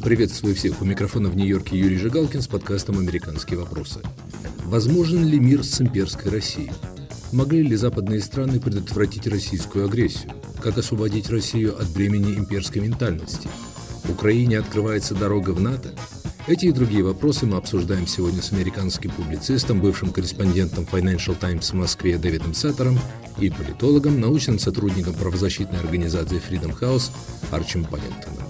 Приветствую всех. У микрофона в Нью-Йорке Юрий Жигалкин с подкастом «Американские вопросы». Возможен ли мир с имперской Россией? Могли ли западные страны предотвратить российскую агрессию? Как освободить Россию от бремени имперской ментальности? Украине открывается дорога в НАТО? Эти и другие вопросы мы обсуждаем сегодня с американским публицистом, бывшим корреспондентом Financial Times в Москве Дэвидом Саттером и политологом, научным сотрудником правозащитной организации Freedom House Арчем Паддингтоном.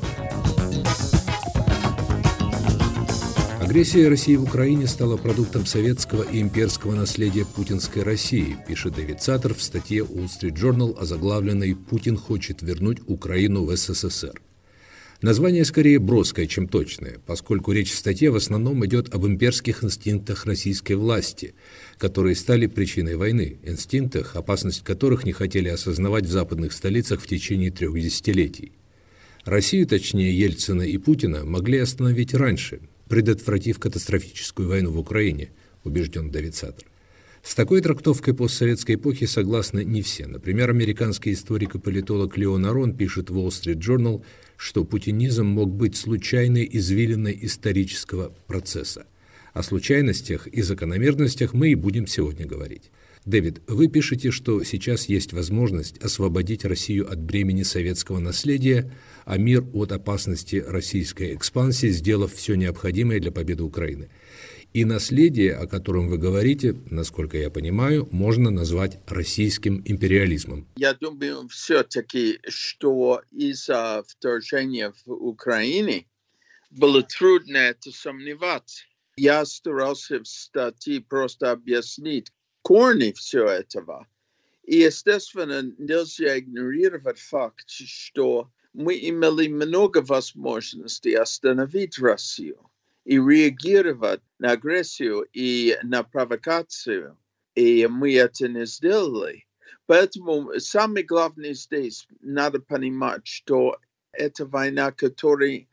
Агрессия России в Украине стала продуктом советского и имперского наследия путинской России, пишет Дэвид Саттер в статье Wall Street Journal, озаглавленной «Путин хочет вернуть Украину в СССР». Название скорее броское, чем точное, поскольку речь в статье в основном идет об имперских инстинктах российской власти, которые стали причиной войны, инстинктах, опасность которых не хотели осознавать в западных столицах в течение 3 десятилетий. Россию, точнее Ельцина и Путина, могли остановить раньше, предотвратив катастрофическую войну в Украине, убежден Дэвид Саттер. С такой трактовкой постсоветской эпохи согласны не все. Например, американский историк и политолог Леон Арон пишет в Wall Street Journal, что путинизм мог быть случайной извилиной исторического процесса. О случайностях и закономерностях мы и будем сегодня говорить. Дэвид, вы пишете, что сейчас есть возможность освободить Россию от бремени советского наследия, а мир от опасности российской экспансии, сделав все необходимое для победы Украины. И наследие, о котором вы говорите, насколько я понимаю, можно назвать российским империализмом. Я думаю, все-таки, что из-за вторжения в Украине было трудно это сомневаться. Я старался в статье просто объяснить корни всего этого. И, естественно, нельзя игнорировать факт, что мы имели много возможностей остановить Россию и реагировать на агрессию и на провокацию. И мы это не сделали. Поэтому самое главное здесь надо понимать, что это война, которую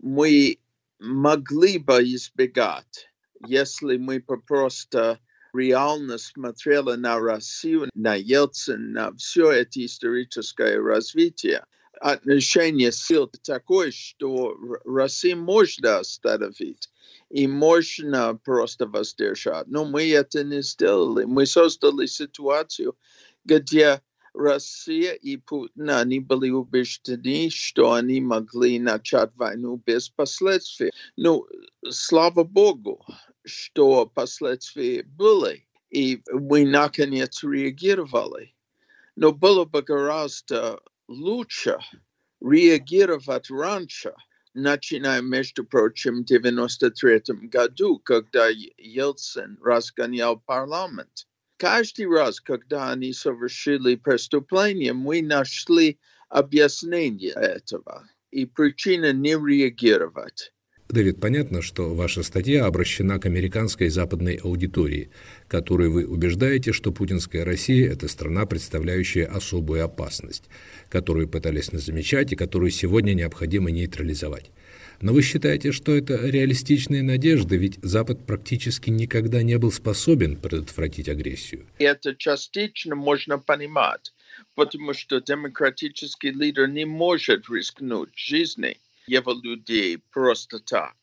мы могли бы избегать, если мы просто реально смотрели на Россию, на Ельцина, на все это историческое развитие. Отношение сил такое, что Россию можно остановить и можно просто воздержать. Но мы это не сделали. Мы создали ситуацию, где Россия и Путин, они были убеждены, что они могли начать войну без последствий. Ну, слава Богу, что последствия были, и мы наконец реагировали. Но было бы гораздо лучше реагировать раньше, начиная, между прочим, в 1993 году, когда Ельцин разгонял парламент. Каждый раз, когда они совершили преступление, мы нашли объяснение этого и причина не реагировать. Дэвид, понятно, что ваша статья обращена к американской и западной аудитории, которой вы убеждаете, что путинская Россия – это страна, представляющая особую опасность, которую пытались не замечать и которую сегодня необходимо нейтрализовать. Но вы считаете, что это реалистичные надежды, ведь Запад практически никогда не был способен предотвратить агрессию? Это частично можно понимать, потому что демократический лидер не может рискнуть жизнью его людей просто так.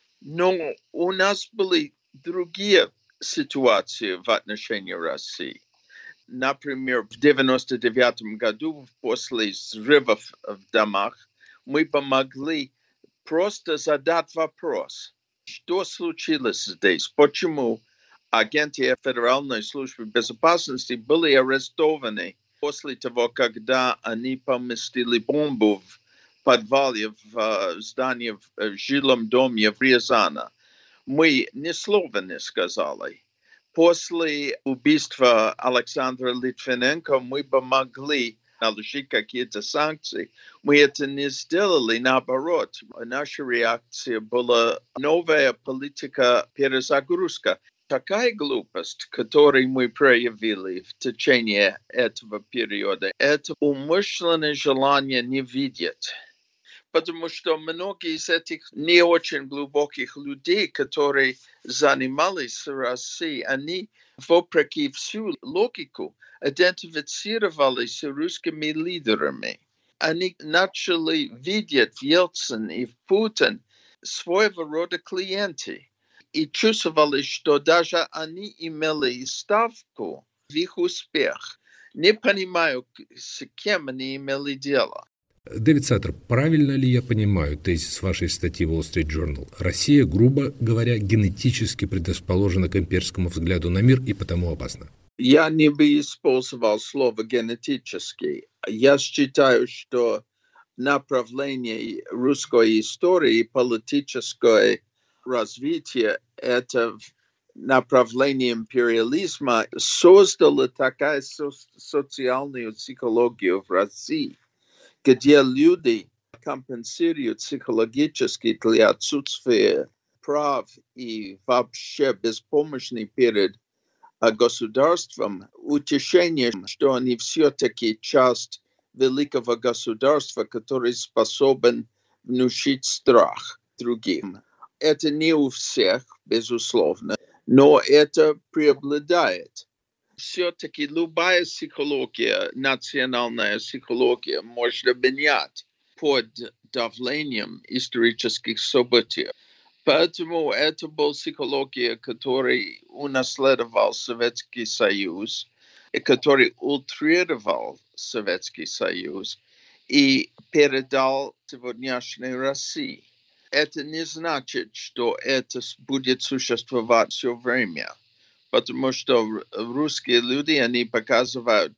Но у нас были другие ситуации в отношении России. Например, в 1999 году, после взрывов в домах, мы бы могли просто задать вопрос, что случилось здесь, почему агенты Федеральной службы безопасности были арестованы после того, когда они поместили бомбу в подвале в здании в жилом доме в Рязани. Мы ни слова не сказали. После убийства Александра Литвиненко мы бы могли наложить какие-то санкции. Мы это не сделали, наоборот. Наша реакция была новая политика перезагрузка. Такая глупость, которую мы проявили в течение этого периода, это умышленное желание не видеть. Потому что многие из этих не очень глубоких людей, которые занимались Россией, они, вопреки всю логику, идентифицировались с русскими лидерами. Они начали видеть в Ельцине и в Путине своего рода клиенты и чувствовали, что даже они имели ставку в их успех. Не понимаю, с кем они имели дело. Дэвид Саттер, правильно ли я понимаю тезис вашей статьи в Wall Street Journal? Россия, грубо говоря, генетически предрасположена к имперскому взгляду на мир и потому опасна. Я не бы использовал слово «генетически». Я считаю, что направление русской истории и политическое развитие – это направление империализма, создало такая социальную психологию в России, где люди компенсируют психологически для отсутствия прав и вообще беспомощны перед государством, утешением, что они все-таки часть великого государства, который способен внушить страх другим. Это не у всех, безусловно, но это преобладает. Все-таки любая психология, национальная психология, можно менять под давлением исторических событий. Поэтому это была психология, которую унаследовал Советский Союз, и который утрировал Советский Союз и передал сегодняшней России. Это не значит, что это будет существовать все время, потому что русские люди, они показывают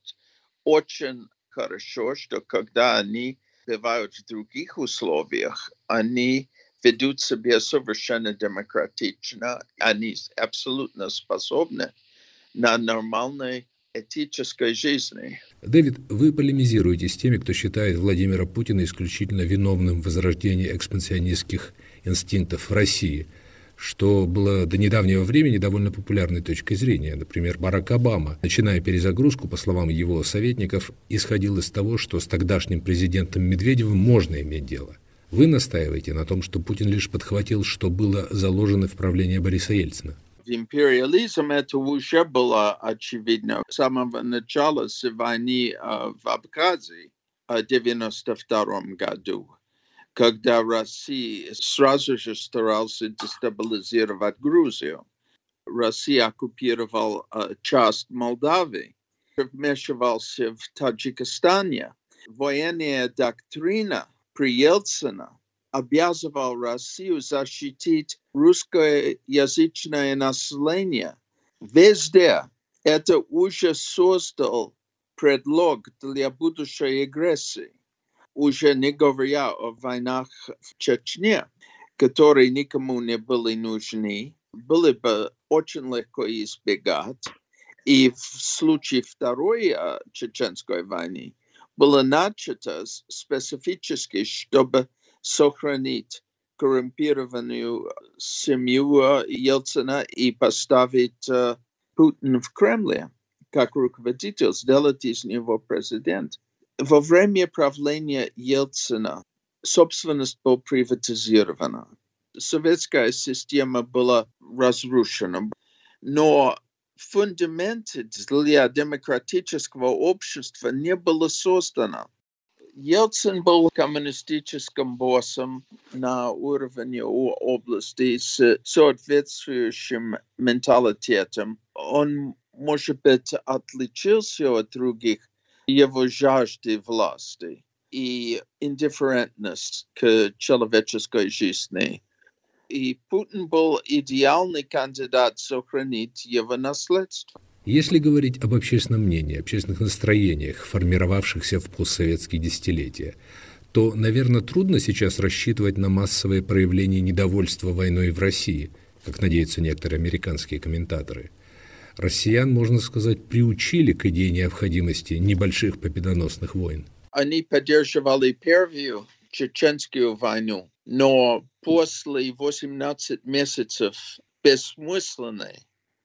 очень хорошо, что когда они бывают в других условиях, они ведут себя совершенно демократично, они абсолютно способны на нормальной этической жизни. Дэвид, вы полемизируете с теми, кто считает Владимира Путина исключительно виновным в возрождении экспансионистских инстинктов в России, что было до недавнего времени довольно популярной точкой зрения. Например, Барак Обама, начиная перезагрузку, по словам его советников, исходил из того, что с тогдашним президентом Медведевым можно иметь дело. Вы настаиваете на том, что Путин лишь подхватил, что было заложено в правление Бориса Ельцина. Империализм это уже было очевидно с самого начала с войны в Абхазии в 1992 году, когда Россия сразу же старалась дестабилизировать Грузию. Россия оккупировала часть Молдавии, вмешивался в Таджикистане. Военная доктрина при Ельцине обязывал Россию защитить русскоязычное население. Везде это уже создал предлог для будущей агрессии, уже не говоря о войнах в Чечне, которые никому не были нужны, было бы очень легко избегать. И в случае Второй Чеченской войны было начато специфически, чтобы сохранить коррумпированную семью Ельцина и поставить Путина в Кремле как руководитель, сделать из него президент. Во время правления Ельцина собственность была приватизирована. Советская система была разрушена, но фундаменты для демократического общества не было создано. Ельцин был коммунистическим боссом на уровне области с соответствующим менталитетом. Он, может быть, отличился от других его жажды власти и индифферентность к человеческой жизни. И Путин был идеальный кандидат сохранить его наследство. Если говорить об общественном мнении, общественных настроениях, формировавшихся в постсоветские десятилетия, то, наверное, трудно сейчас рассчитывать на массовое проявление недовольства войной в России, как надеются некоторые американские комментаторы. Россиян, можно сказать, приучили к идее необходимости небольших победоносных войн. Они поддерживали первую чеченскую войну, но после 18 месяцев бессмысленной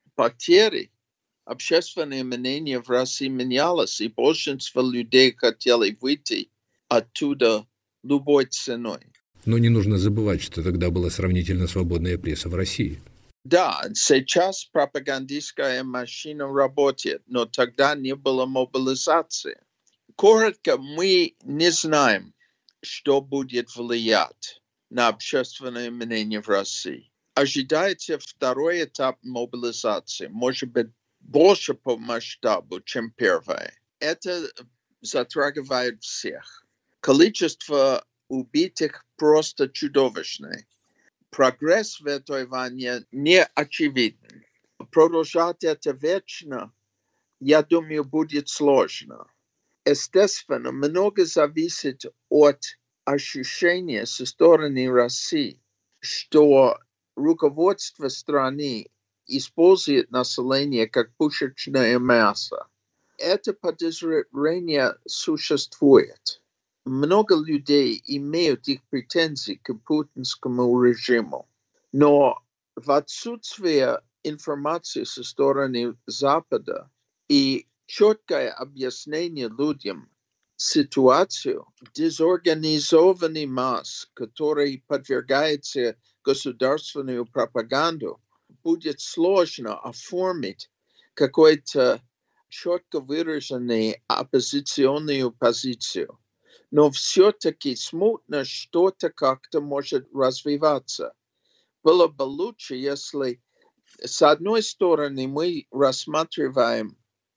потери общественное мнение в России менялось, и большинство людей хотели выйти оттуда любой ценой. Но не нужно забывать, что тогда была сравнительно свободная пресса в России. Да, сейчас пропагандистская машина работает, но тогда не было мобилизации. Коротко, мы не знаем, что будет влиять на общественное мнение в России. Ожидается второй этап мобилизации, может быть, больше по масштабу, чем первый. Это затрагивает всех. Количество убитых просто чудовищное. Прогресс в этой войне не очевиден. Продолжать это вечно, я думаю, будет сложно. Естественно, много зависит от ощущения со стороны России, что руководство страны использует население как пушечное мясо. Это подозрение существует. Много людей имеют их претензии к путинскому режиму, но в отсутствие информации со стороны Запада и четкое объяснение людям ситуацию, дезорганизованный масс, который подвергается государственную пропаганду, будет сложно оформить какую-то четко выраженную оппозиционную позицию. Но все-таки смутно что-то как-то может развиваться. Было бы лучше, если с одной стороны мы рассматриваем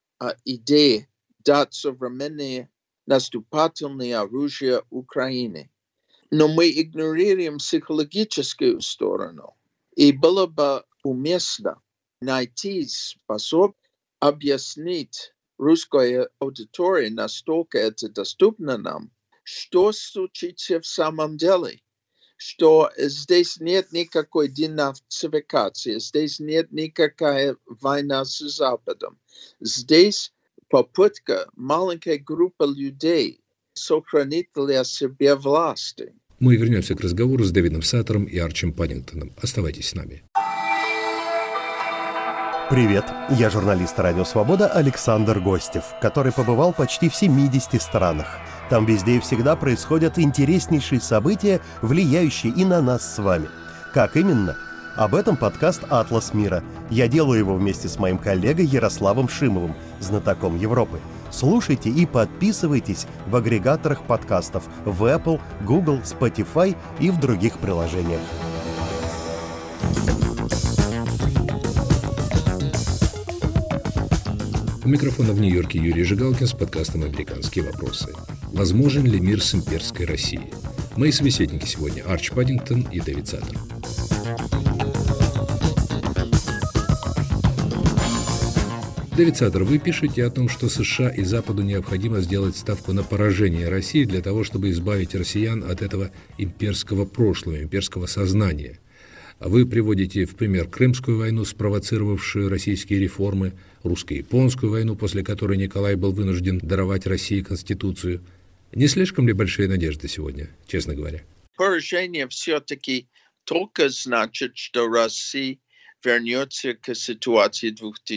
идеи дать современные наступательные оружия Украине, но мы игнорируем психологическую сторону. И было бы уместно найти способ объяснить русской аудитории, настолько это доступно нам, что случится в самом деле, что здесь нет никакой денацификации, здесь нет никакой войны с Западом. Здесь попытка маленькой группы людей сохранить для себя власти. Мы вернемся к разговору с Дэвидом Саттером и Арчем Паддингтоном. Оставайтесь с нами. Привет, я журналист «Радио Свобода» Александр Гостев, который побывал почти в 70 странах. Там везде и всегда происходят интереснейшие события, влияющие и на нас с вами. Как именно? Об этом подкаст «Атлас мира». Я делаю его вместе с моим коллегой Ярославом Шимовым, знатоком Европы. Слушайте и подписывайтесь в агрегаторах подкастов в Apple, Google, Spotify и в других приложениях. У микрофона в Нью-Йорке Юрий Жигалкин с подкастом «Американские вопросы». Возможен ли мир с имперской Россией? Мои собеседники сегодня Арч Паддингтон и Дэвид Саттер. Дэвид Саттер, вы пишете о том, что США и Западу необходимо сделать ставку на поражение России для того, чтобы избавить россиян от этого имперского прошлого, имперского сознания. Вы приводите в пример Крымскую войну, спровоцировавшую российские реформы, русско-японскую войну, после которой Николай был вынужден даровать России Конституцию. Не слишком ли большие надежды сегодня, честно говоря? Поражение все-таки только значит, что Россия вернется к ситуации в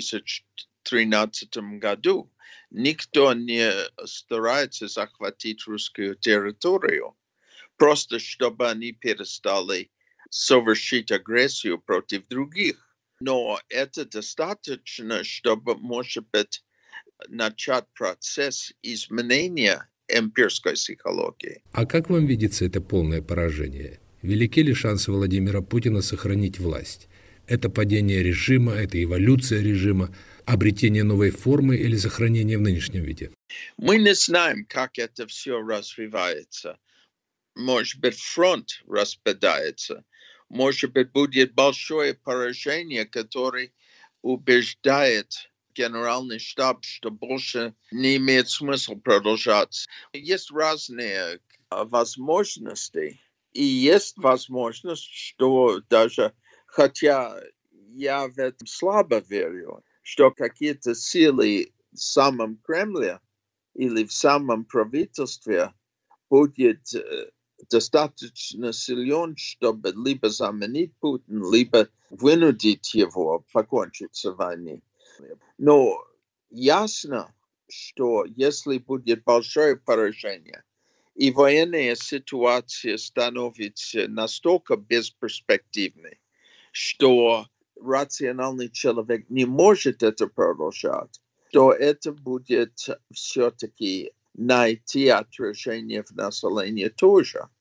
2013 году. Никто не старается захватить русскую территорию, просто чтобы они перестали совершить агрессию против других. Но это достаточно, чтобы, может быть, начать процесс изменения имперской психологии. А как вам видится это полное поражение? Велики ли шансы Владимира Путина сохранить власть? Это падение режима, это эволюция режима, обретение новой формы или сохранение в нынешнем виде? Мы не знаем, как это все развивается. Может быть, фронт распадается. Может быть, будет большое поражение, которое убеждает Генеральный штаб, что больше не имеет смысла продолжать. Есть разные возможности. И есть возможность, что даже, хотя я в этом слабо верю, что какие-то силы в самом Кремле или в самом правительстве будет достаточно силен, чтобы либо заменить Путина, либо вынудить его покончить с войной. Но ясно, что если будет большое поражение, и военная ситуация становится настолько бесперспективной, что рациональный человек не может это продолжать, то это будет все-таки найти отражение в населении тоже.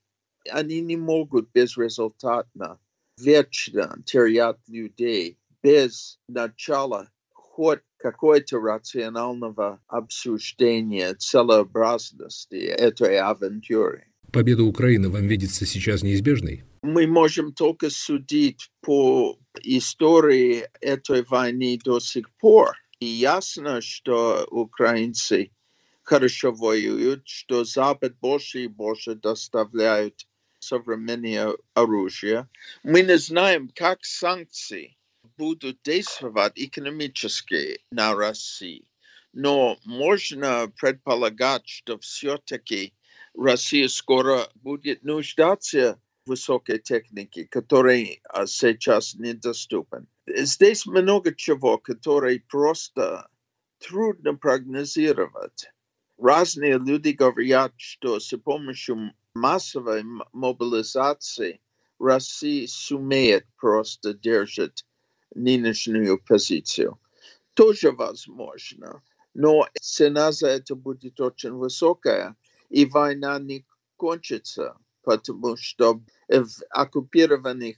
Они не могут безрезультатно, вечно терять людей без начала хоть какой-то рационального обсуждения целесообразности этой авантюры. Победа Украины вам видится сейчас неизбежной? Мы можем только судить по истории этой войны до сих пор. И ясно, что украинцы хорошо воюют, что Запад больше и больше доставляют современное оружие. Мы не знаем, как санкции будут действовать экономически на Россию. Но можно предполагать, что все-таки Россия скоро будет нуждаться в высокой технике, которая сейчас недоступна. Здесь много чего, которое просто трудно прогнозировать. Разные люди говорят, что с помощью массовой мобилизации Россия сумеет просто держать нынешнюю позицию. Тоже возможно, но цена за это будет очень высокая, и война не кончится, потому что в оккупированных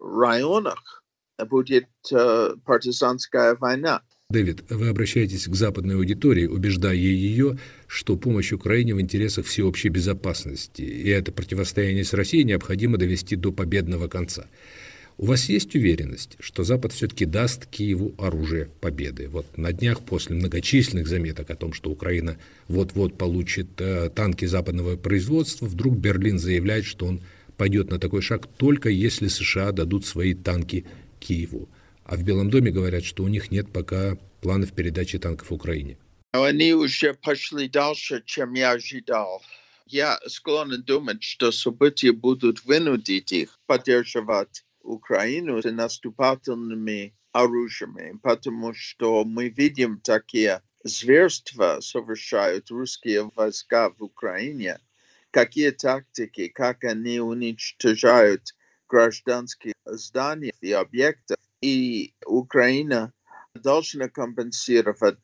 районах будет партизанская война. Дэвид, вы обращаетесь к западной аудитории, убеждая ее, что помощь Украине в интересах всеобщей безопасности, и это противостояние с Россией необходимо довести до победного конца. У вас есть уверенность, что Запад все-таки даст Киеву оружие победы? Вот на днях после многочисленных заметок о том, что Украина вот-вот получит танки западного производства, вдруг Берлин заявляет, что он пойдет на такой шаг только если США дадут свои танки Киеву. А в Белом доме говорят, что у них нет пока планов передачи танков Украине. Они уже пошли дальше, чем я ожидал. Я склонен думать, что события будут вынудить их поддерживать Украину с наступательными оружиями, потому что мы видим такие зверства совершают русские войска в Украине, какие тактики, как они уничтожают гражданские здания и объекты. И Украина должна компенсировать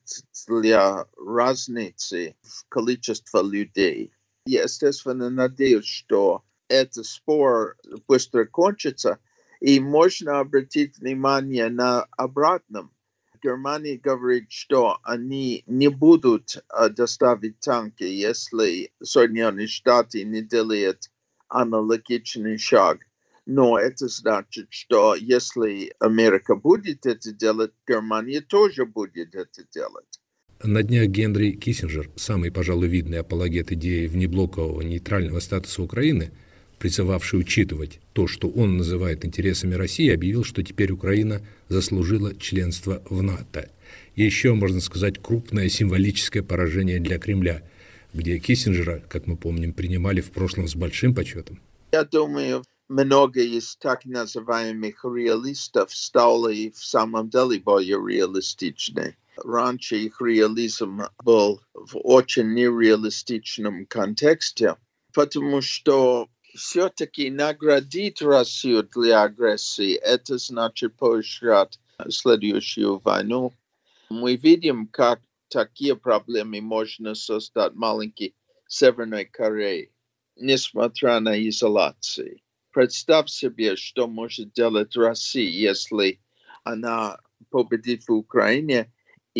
для разницы в количестве людей. Я, естественно, надеюсь, что этот спор быстро кончится, и можно обратить внимание на обратном. Германия говорит, что они не будут доставить танки, если Соединенные Штаты не делают аналогичный шаг. Но это значит, что если Америка будет это делать, Германия тоже будет это делать. На днях Генри Киссинджер, самый, пожалуй, видный апологет идеи внеблокового нейтрального статуса Украины, призывавший учитывать то, что он называет интересами России, объявил, что теперь Украина заслужила членство в НАТО. И еще, можно сказать, крупное символическое поражение для Кремля, где Киссинджера, как мы помним, принимали в прошлом с большим почетом. Я думаю, много из так называемых реалистов стали в самом деле более реалистичны. Раньше их реализм был в очень нереалистичном контексте, потому что все-таки наградить Россию для агрессии, это значит поощрять следующую войну. Мы видим, как такие проблемы можно создать маленькой Северной Корее, несмотря на изоляцию. Представь себе, что может делать Россия, если она победит в Украине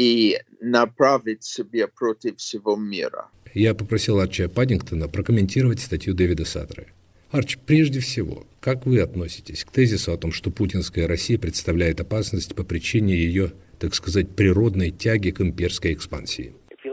и направит себя против всего мира. Я попросил Арчи Паддингтона прокомментировать статью Дэвида Саттера. Арчи, прежде всего, как вы относитесь к тезису о том, что путинская Россия представляет опасность по причине ее, так сказать, природной тяги к имперской экспансии?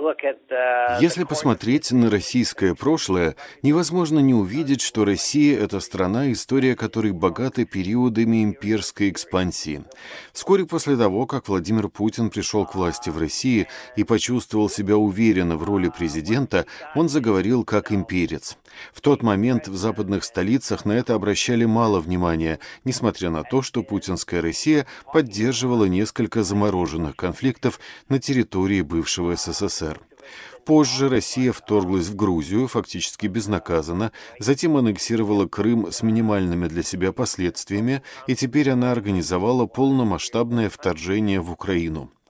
Если посмотреть на российское прошлое, невозможно не увидеть, что Россия — это страна, история которой богата периодами имперской экспансии. Вскоре после того, как Владимир Путин пришел к власти в России и почувствовал себя уверенно в роли президента, он заговорил как имперец. В тот момент в западных столицах на это обращали мало внимания, несмотря на то, что путинская Россия поддерживала несколько замороженных конфликтов на территории бывшего СССР. Позже Россия вторглась в Грузию фактически безнаказанно, затем аннексировала Крым с минимальными для себя последствиями, и теперь она организовала полномасштабное вторжение в Украину.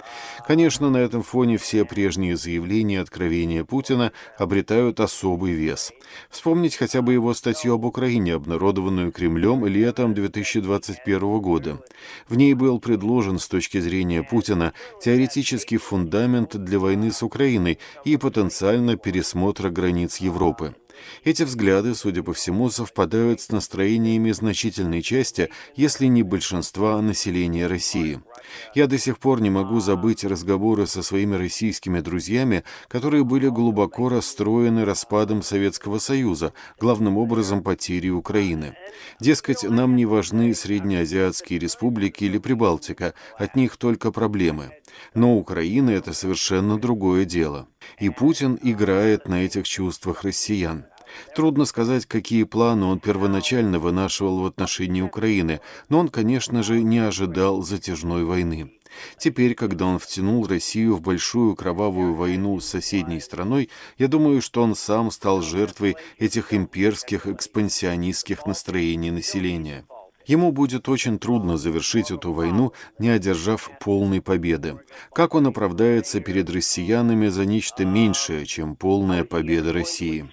Конечно, на этом фоне все прежние заявления и откровения Путина обретают особый вес. Вспомнить хотя бы его статью об Украине, обнародованную Кремлем летом 2021 года. В ней был предложен с точки зрения Путина теоретический фундамент для войны с Украиной и потенциально пересмотра границ Европы. Эти взгляды, судя по всему, совпадают с настроениями значительной части, если не большинства населения России. Я до сих пор не могу забыть разговоры со своими российскими друзьями, которые были глубоко расстроены распадом Советского Союза, главным образом потерей Украины. Дескать, нам не важны среднеазиатские республики или Прибалтика, от них только проблемы. Но Украина — это совершенно другое дело. И Путин играет на этих чувствах россиян. Трудно сказать, какие планы он первоначально вынашивал в отношении Украины, но он, конечно же, не ожидал затяжной войны. Теперь, когда он втянул Россию в большую кровавую войну с соседней страной, я думаю, что он сам стал жертвой этих имперских экспансионистских настроений населения. Ему будет очень трудно завершить эту войну, не одержав полной победы. Как он оправдается перед россиянами за нечто меньшее, чем полная победа России?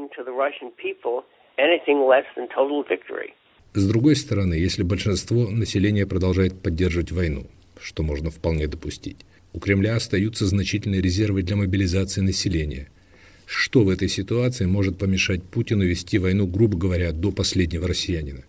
С другой стороны, если большинство населения продолжает поддерживать войну, что можно вполне допустить, у Кремля остаются значительные резервы для мобилизации населения. Что в этой ситуации может помешать Путину вести войну, грубо говоря, до последнего россиянина?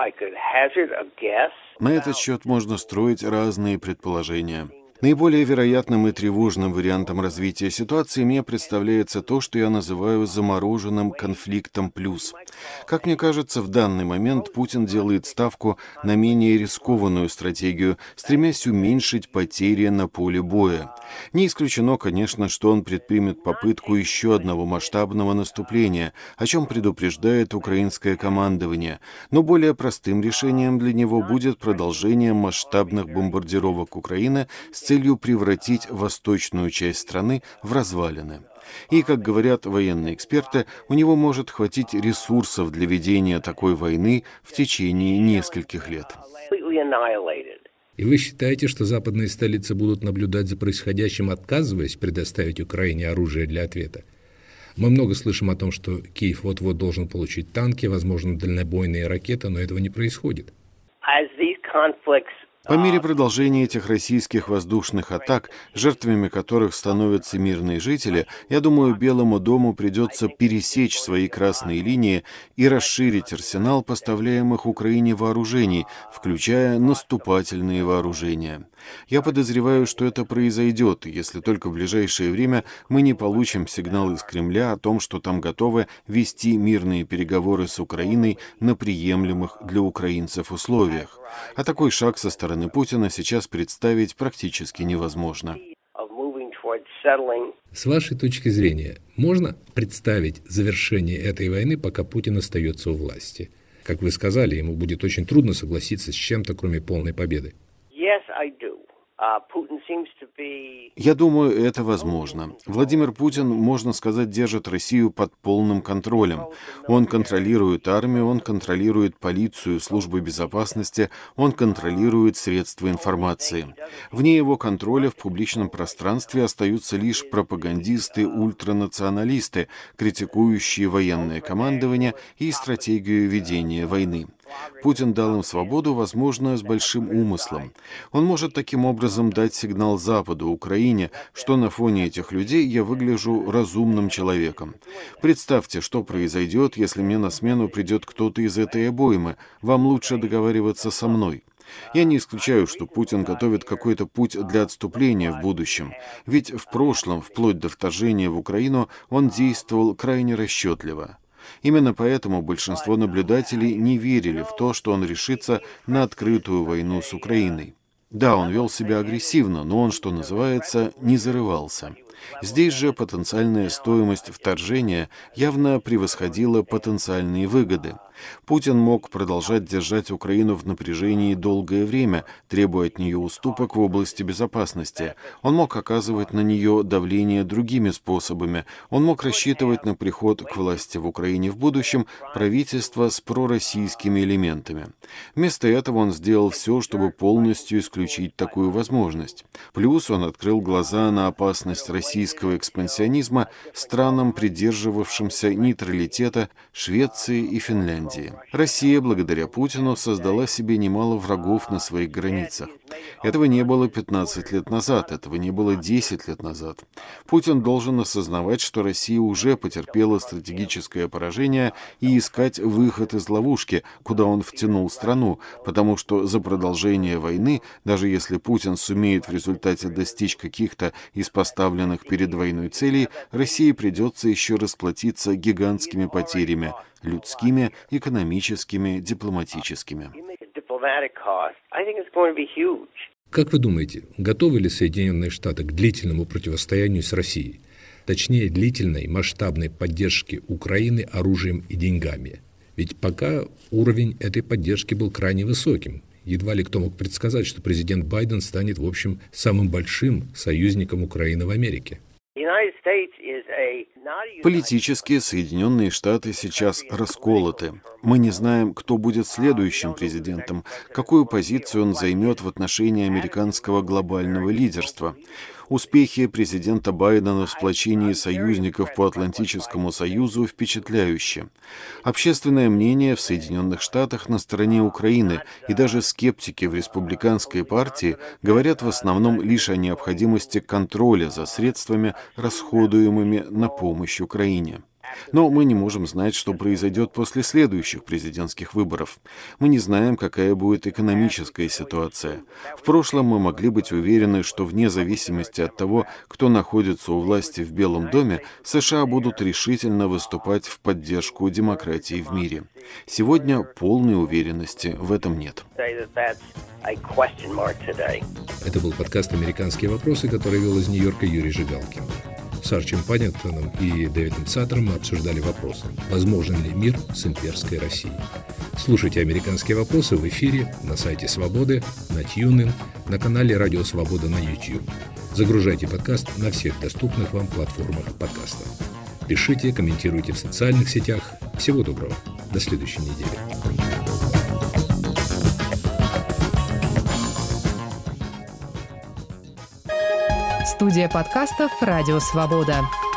На этот счет можно строить разные предположения. Наиболее вероятным и тревожным вариантом развития ситуации мне представляется то, что я называю замороженным конфликтом плюс. Как мне кажется, в данный момент Путин делает ставку на менее рискованную стратегию, стремясь уменьшить потери на поле боя. Не исключено, конечно, что он предпримет попытку еще одного масштабного наступления, о чем предупреждает украинское командование, но более простым решением для него будет продолжение масштабных бомбардировок Украины с целью превратить восточную часть страны в развалины. И, как говорят военные эксперты, у него может хватить ресурсов для ведения такой войны в течение нескольких лет. И вы считаете, что западные столицы будут наблюдать за происходящим, отказываясь предоставить Украине оружие для ответа? Мы много слышим о том, что Киев вот-вот должен получить танки, возможно, дальнобойные ракеты, но этого не происходит. По мере продолжения этих российских воздушных атак, жертвами которых становятся мирные жители, я думаю, Белому дому придется пересечь свои красные линии и расширить арсенал поставляемых Украине вооружений, включая наступательные вооружения. Я подозреваю, что это произойдет, если только в ближайшее время мы не получим сигнал из Кремля о том, что там готовы вести мирные переговоры с Украиной на приемлемых для украинцев условиях. А такой шаг со стороны Путина сейчас представить практически невозможно. С вашей точки зрения, можно представить завершение этой войны, пока Путин остается у власти? Как вы сказали, ему будет очень трудно согласиться с чем-то, кроме полной победы. Я думаю, это возможно. Владимир Путин, можно сказать, держит Россию под полным контролем. Он контролирует армию, он контролирует полицию, службы безопасности, он контролирует средства информации. Вне его контроля в публичном пространстве остаются лишь пропагандисты-ультранационалисты, критикующие военное командование и стратегию ведения войны. Путин дал им свободу, возможно, с большим умыслом. Он может таким образом дать сигнал Западу, Украине, что на фоне этих людей я выгляжу разумным человеком. Представьте, что произойдет, если мне на смену придет кто-то из этой обоймы. Вам лучше договариваться со мной. Я не исключаю, что Путин готовит какой-то путь для отступления в будущем. Ведь в прошлом, вплоть до вторжения в Украину, он действовал крайне расчетливо. Именно поэтому большинство наблюдателей не верили в то, что он решится на открытую войну с Украиной. Да, он вел себя агрессивно, но он, что называется, не зарывался. Здесь же потенциальная стоимость вторжения явно превосходила потенциальные выгоды. Путин мог продолжать держать Украину в напряжении долгое время, требуя от нее уступок в области безопасности. Он мог оказывать на нее давление другими способами. Он мог рассчитывать на приход к власти в Украине в будущем правительства с пророссийскими элементами. Вместо этого он сделал все, чтобы полностью исключить такую возможность. Плюс он открыл глаза на опасность российского экспансионизма странам, придерживавшимся нейтралитета Швеции и Финляндии. Россия, благодаря Путину, создала себе немало врагов на своих границах. Этого не было 15 лет назад, этого не было 10 лет назад. Путин должен осознавать, что Россия уже потерпела стратегическое поражение и искать выход из ловушки, куда он втянул страну, потому что за продолжение войны, даже если Путин сумеет в результате достичь каких-то из поставленных перед войной целей, России придется еще расплатиться гигантскими потерями – людскими, экономическими, дипломатическими. Как вы думаете, готовы ли Соединенные Штаты к длительному противостоянию с Россией? Точнее, длительной масштабной поддержке Украины оружием и деньгами? Ведь пока уровень этой поддержки был крайне высоким. Едва ли кто мог предсказать, что президент Байден станет, в общем, самым большим союзником Украины в Америке. Политически Соединенные Штаты сейчас расколоты. Мы не знаем, кто будет следующим президентом, какую позицию он займет в отношении американского глобального лидерства. Успехи президента Байдена в сплочении союзников по Атлантическому союзу впечатляющие. Общественное мнение в Соединенных Штатах на стороне Украины, и даже скептики в республиканской партии говорят в основном лишь о необходимости контроля за средствами, расходуемыми на помощь Украине. Но мы не можем знать, что произойдет после следующих президентских выборов. Мы не знаем, какая будет экономическая ситуация. В прошлом мы могли быть уверены, что вне зависимости от того, кто находится у власти в Белом доме, США будут решительно выступать в поддержку демократии в мире. Сегодня полной уверенности в этом нет. Это был подкаст «Американские вопросы», который вел из Нью-Йорка Юрий Жигалкин. С Арчием Паддингтоном и Дэвидом Саттером мы обсуждали вопросы: возможен ли мир с имперской Россией? Слушайте «Американские вопросы» в эфире, на сайте Свободы, на TuneIn, на канале Радио Свобода на YouTube. Загружайте подкаст на всех доступных вам платформах подкаста. Пишите, комментируйте в социальных сетях. Всего доброго. До следующей недели. Студия подкастов «Радио Свобода».